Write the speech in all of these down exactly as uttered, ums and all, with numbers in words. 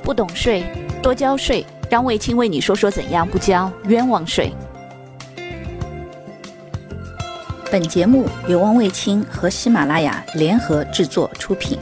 不懂税，多交税。让卫青为你说说怎样不交冤枉税。本节目由汪卫青和喜马拉雅联合制作出品。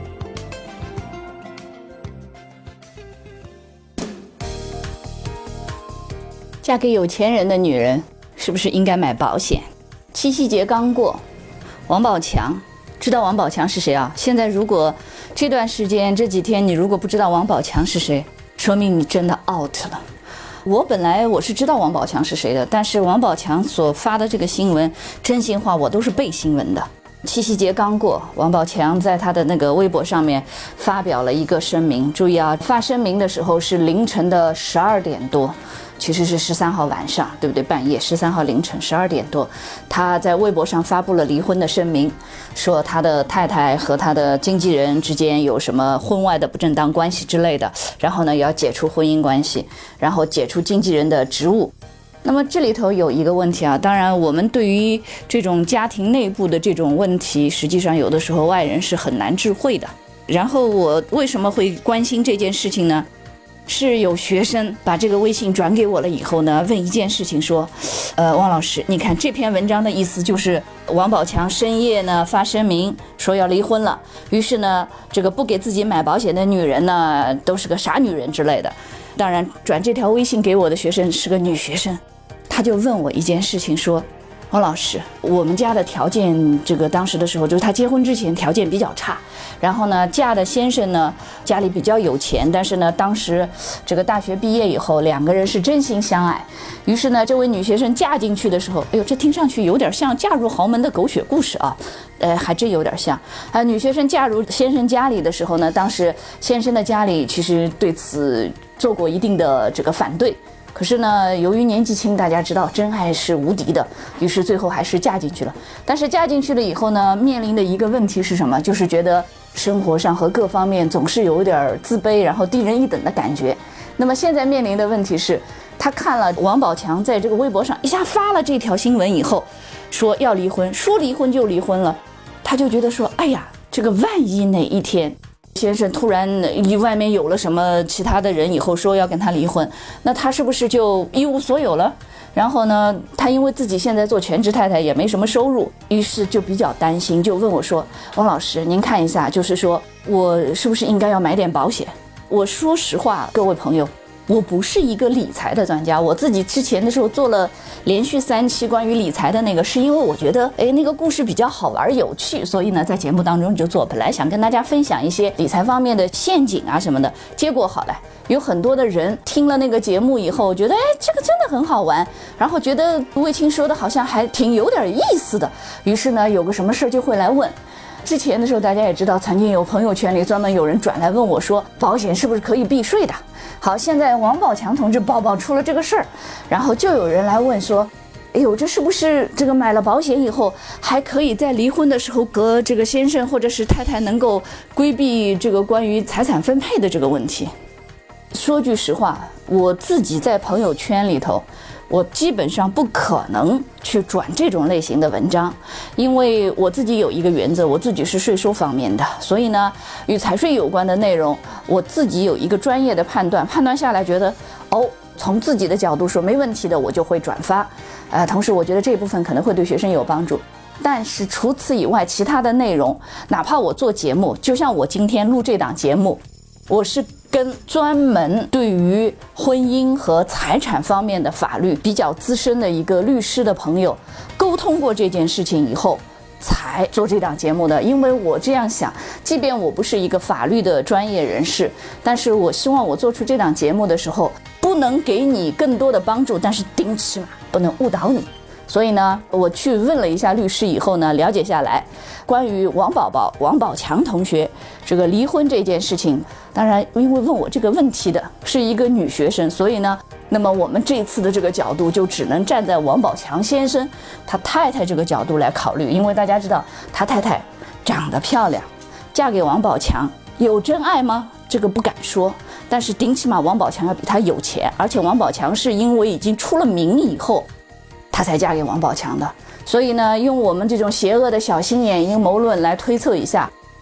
嫁给有钱人的女人是不是应该买保险？七夕节刚过，王宝强，知道王宝强是谁啊？现在如果这段时间这几天你如果不知道王宝强是谁，说明你真的 out 了。我本来我是知道王宝强是谁的，但是王宝强所发的这个新闻，真心话我都是背新闻的。七夕节刚过，王宝强在他的那个微博上面发表了一个声明，注意啊，发声明的时候是凌晨的十二点多，其实是十三号晚上，对不对？半夜十三号凌晨十二点多，他在微博上发布了离婚的声明，说他的太太和他的经纪人之间有什么婚外的不正当关系之类的，然后呢要解除婚姻关系，然后解除经纪人的职务。那么这里头有一个问题啊，当然我们对于这种家庭内部的这种问题，实际上有的时候外人是很难智慧的。然后我为什么会关心这件事情呢？是有学生把这个微信转给我了以后呢，问一件事情说，呃，汪老师，你看这篇文章的意思就是王宝强深夜呢发声明说要离婚了，于是呢，这个不给自己买保险的女人呢都是个傻女人之类的。当然，转这条微信给我的学生是个女学生，她就问我一件事情说，汪老师，我们家的条件，这个当时的时候就是她结婚之前条件比较差，然后呢嫁的先生呢家里比较有钱，但是呢当时这个大学毕业以后两个人是真心相爱，于是呢这位女学生嫁进去的时候，哎呦，这听上去有点像嫁入豪门的狗血故事啊，呃还真有点像。啊，女学生嫁入先生家里的时候呢，当时先生的家里其实对此做过一定的这个反对，可是呢由于年纪轻，大家知道真爱是无敌的，于是最后还是嫁进去了。但是嫁进去了以后呢，面临的一个问题是什么？就是觉得生活上和各方面总是有点自卑，然后低人一等的感觉。那么现在面临的问题是，他看了王宝强在这个微博上一下发了这条新闻以后，说要离婚，说离婚就离婚了，他就觉得说，哎呀，这个万一哪一天先生突然外面有了什么其他的人以后说要跟他离婚，那他是不是就一无所有了？然后呢，他因为自己现在做全职太太也没什么收入，于是就比较担心，就问我说，汪老师您看一下，就是说我是不是应该要买点保险？我说实话，各位朋友，我不是一个理财的专家，我自己之前的时候做了连续三期关于理财的那个，是因为我觉得哎那个故事比较好玩有趣，所以呢在节目当中就做，本来想跟大家分享一些理财方面的陷阱啊什么的，结果好了，有很多的人听了那个节目以后觉得哎这个真的很好玩，然后觉得卫青说的好像还挺有点意思的，于是呢有个什么事就会来问。之前的时候大家也知道，曾经有朋友圈里专门有人转来问我说，保险是不是可以避税的？好，现在王宝强同志爆爆出了这个事儿，然后就有人来问说，哎呦，这是不是这个买了保险以后还可以在离婚的时候和这个先生或者是太太能够规避这个关于财产分配的这个问题？说句实话，我自己在朋友圈里头，我基本上不可能去转这种类型的文章，因为我自己有一个原则，我自己是税收方面的，所以呢与财税有关的内容我自己有一个专业的判断，判断下来觉得哦从自己的角度说没问题的，我就会转发。呃，同时我觉得这部分可能会对学生有帮助，但是除此以外其他的内容，哪怕我做节目，就像我今天录这档节目，我是跟专门对于婚姻和财产方面的法律比较资深的一个律师的朋友沟通过这件事情以后才做这档节目的。因为我这样想，即便我不是一个法律的专业人士，但是我希望我做出这档节目的时候不能给你更多的帮助，但是顶起码不能误导你。所以呢我去问了一下律师以后呢，了解下来关于王宝宝王宝强同学这个离婚这件事情，当然因为问我这个问题的是一个女学生，所以呢那么我们这次的这个角度就只能站在王宝强先生他太太这个角度来考虑。因为大家知道他太太长得漂亮，嫁给王宝强有真爱吗？这个不敢说，但是顶起码王宝强要比他有钱，而且王宝强是因为已经出了名以后她才嫁给王宝强的。所以呢用我们这种邪恶的小心眼阴谋论来推测一下，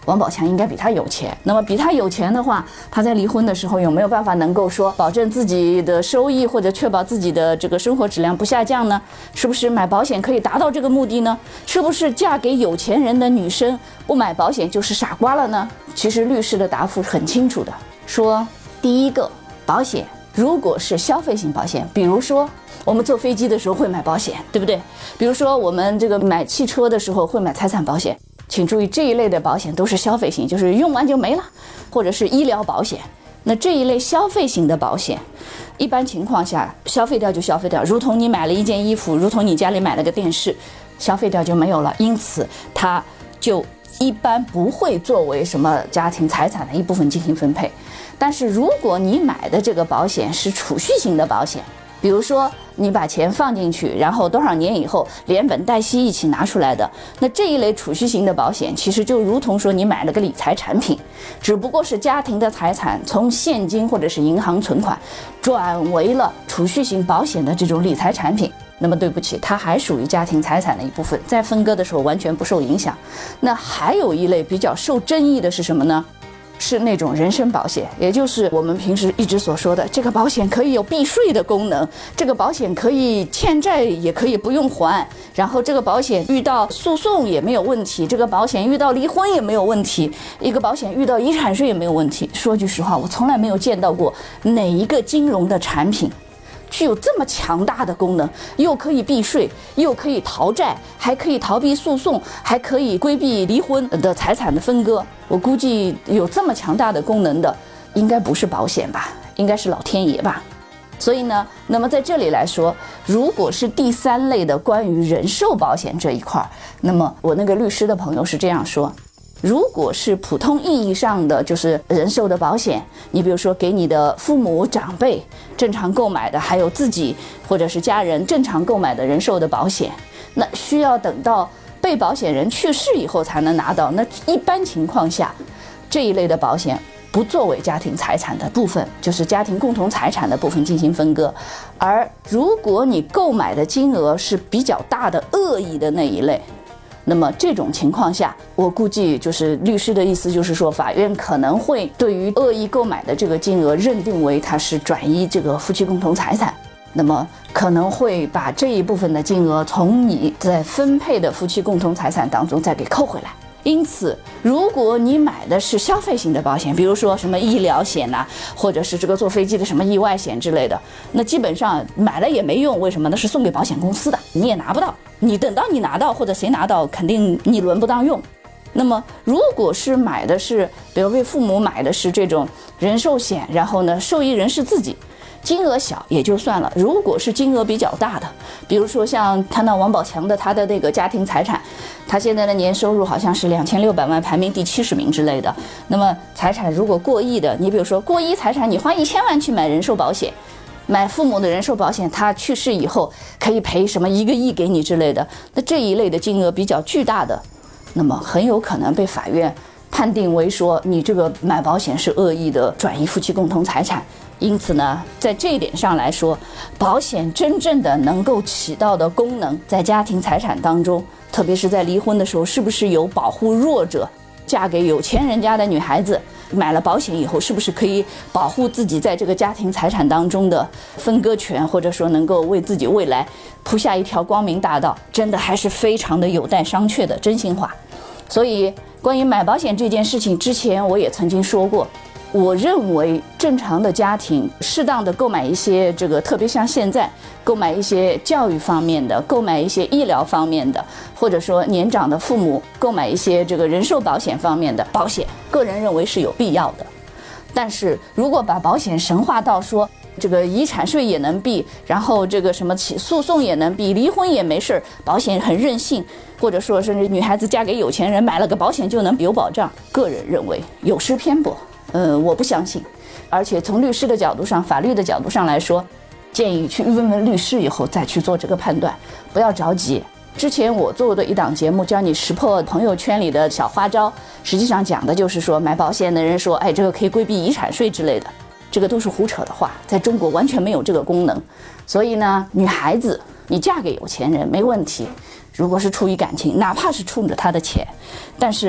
王宝强应该比他有钱。那么比他有钱的话，他在离婚的时候有没有办法能够说保证自己的收益或者确保自己的这个生活质量不下降呢？是不是买保险可以达到这个目的呢？是不是嫁给有钱人的女生不买保险就是傻瓜了呢？其实律师的答复很清楚的，说第一个，保险如果是消费型保险，比如说我们坐飞机的时候会买保险，对不对？比如说我们这个买汽车的时候会买财产保险，请注意这一类的保险都是消费型，就是用完就没了，或者是医疗保险。那这一类消费型的保险，一般情况下消费掉就消费掉，如同你买了一件衣服，如同你家里买了个电视，消费掉就没有了，因此它就一般不会作为什么家庭财产的一部分进行分配。但是如果你买的这个保险是储蓄型的保险，比如说你把钱放进去，然后多少年以后连本带息一起拿出来的，那这一类储蓄型的保险其实就如同说你买了个理财产品，只不过是家庭的财产从现金或者是银行存款转为了储蓄型保险的这种理财产品，那么对不起，它还属于家庭财产的一部分，在分割的时候完全不受影响。那还有一类比较受争议的是什么呢？是那种人身保险，也就是我们平时一直所说的，这个保险可以有避税的功能，这个保险可以欠债也可以不用还，然后这个保险遇到诉讼也没有问题，这个保险遇到离婚也没有问题，一个保险遇到遗产税也没有问题。说句实话，我从来没有见到过哪一个金融的产品具有这么强大的功能，又可以避税，又可以逃债，还可以逃避诉讼，还可以规避离婚的财产的分割。我估计有这么强大的功能的，应该不是保险吧，应该是老天爷吧。所以呢，那么在这里来说，如果是第三类的关于人寿保险这一块，那么我那个律师的朋友是这样说，如果是普通意义上的就是人寿的保险，你比如说给你的父母长辈正常购买的，还有自己或者是家人正常购买的人寿的保险，那需要等到被保险人去世以后才能拿到。那一般情况下，这一类的保险不作为家庭财产的部分，就是家庭共同财产的部分进行分割。而如果你购买的金额是比较大的恶意的那一类，那么这种情况下，我估计就是律师的意思就是说，法院可能会对于恶意购买的这个金额认定为它是转移这个夫妻共同财产，那么可能会把这一部分的金额从你在分配的夫妻共同财产当中再给扣回来。因此如果你买的是消费型的保险，比如说什么医疗险呐、啊，或者是这个坐飞机的什么意外险之类的，那基本上买了也没用。为什么？那是送给保险公司的，你也拿不到，你等到你拿到或者谁拿到，肯定你轮不当用。那么如果是买的是比如为父母买的是这种人寿险，然后呢受益人是自己，金额小也就算了，如果是金额比较大的，比如说像看到王宝强的他的那个家庭财产，他现在的年收入好像是两千六百万，排名第七十名之类的，那么财产如果过亿的，你比如说过亿财产，你花一千万去买人寿保险，买父母的人寿保险，他去世以后可以赔什么一个亿给你之类的，那这一类的金额比较巨大的，那么很有可能被法院判定为说你这个买保险是恶意的转移夫妻共同财产。因此呢，在这一点上来说，保险真正的能够起到的功能，在家庭财产当中，特别是在离婚的时候，是不是有保护弱者，嫁给有钱人家的女孩子买了保险以后，是不是可以保护自己在这个家庭财产当中的分割权，或者说能够为自己未来铺下一条光明大道，真的还是非常的有待商榷的真心话。所以关于买保险这件事情，之前我也曾经说过，我认为正常的家庭适当的购买一些这个，特别像现在购买一些教育方面的，购买一些医疗方面的，或者说年长的父母购买一些这个人寿保险方面的保险，个人认为是有必要的。但是如果把保险神化到说这个遗产税也能避，然后这个什么起诉讼也能避，离婚也没事，保险很任性，或者说是女孩子嫁给有钱人买了个保险就能有保障，个人认为有失偏颇。呃，我不相信，而且从律师的角度上，法律的角度上来说，建议去问问律师以后再去做这个判断，不要着急。之前我做的一档节目教你识破朋友圈里的小花招，实际上讲的就是说买保险的人说，哎，这个可以规避遗产税之类的，这个都是胡扯的话，在中国完全没有这个功能。所以呢，女孩子你嫁给有钱人没问题，如果是出于感情，哪怕是冲着他的钱，但是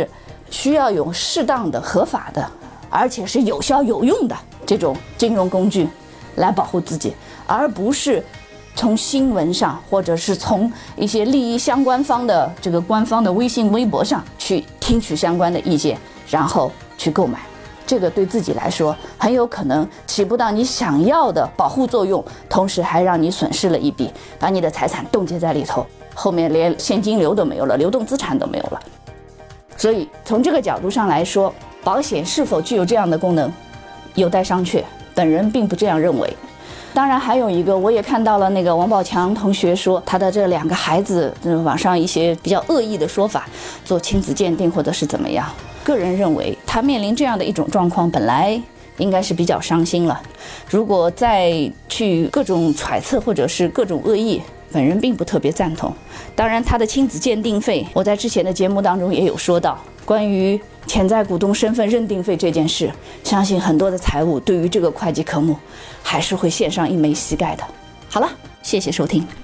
需要有适当的、合法的，而且是有效有用的这种金融工具来保护自己，而不是从新闻上或者是从一些利益相关方的这个官方的微信微博上去听取相关的意见，然后去购买。这个对自己来说很有可能起不到你想要的保护作用，同时还让你损失了一笔，把你的财产冻结在里头，后面连现金流都没有了，流动资产都没有了。所以从这个角度上来说，保险是否具有这样的功能有待商榷，本人并不这样认为。当然还有一个，我也看到了那个王宝强同学说他的这两个孩子，网上一些比较恶意的说法，做亲子鉴定或者是怎么样。个人认为他面临这样的一种状况，本来应该是比较伤心了，如果再去各种揣测或者是各种恶意，本人并不特别赞同。当然他的亲子鉴定费，我在之前的节目当中也有说到，关于潜在股东身份认定费这件事，相信很多的财务对于这个会计科目还是会献上一枚膝盖的。好了，谢谢收听。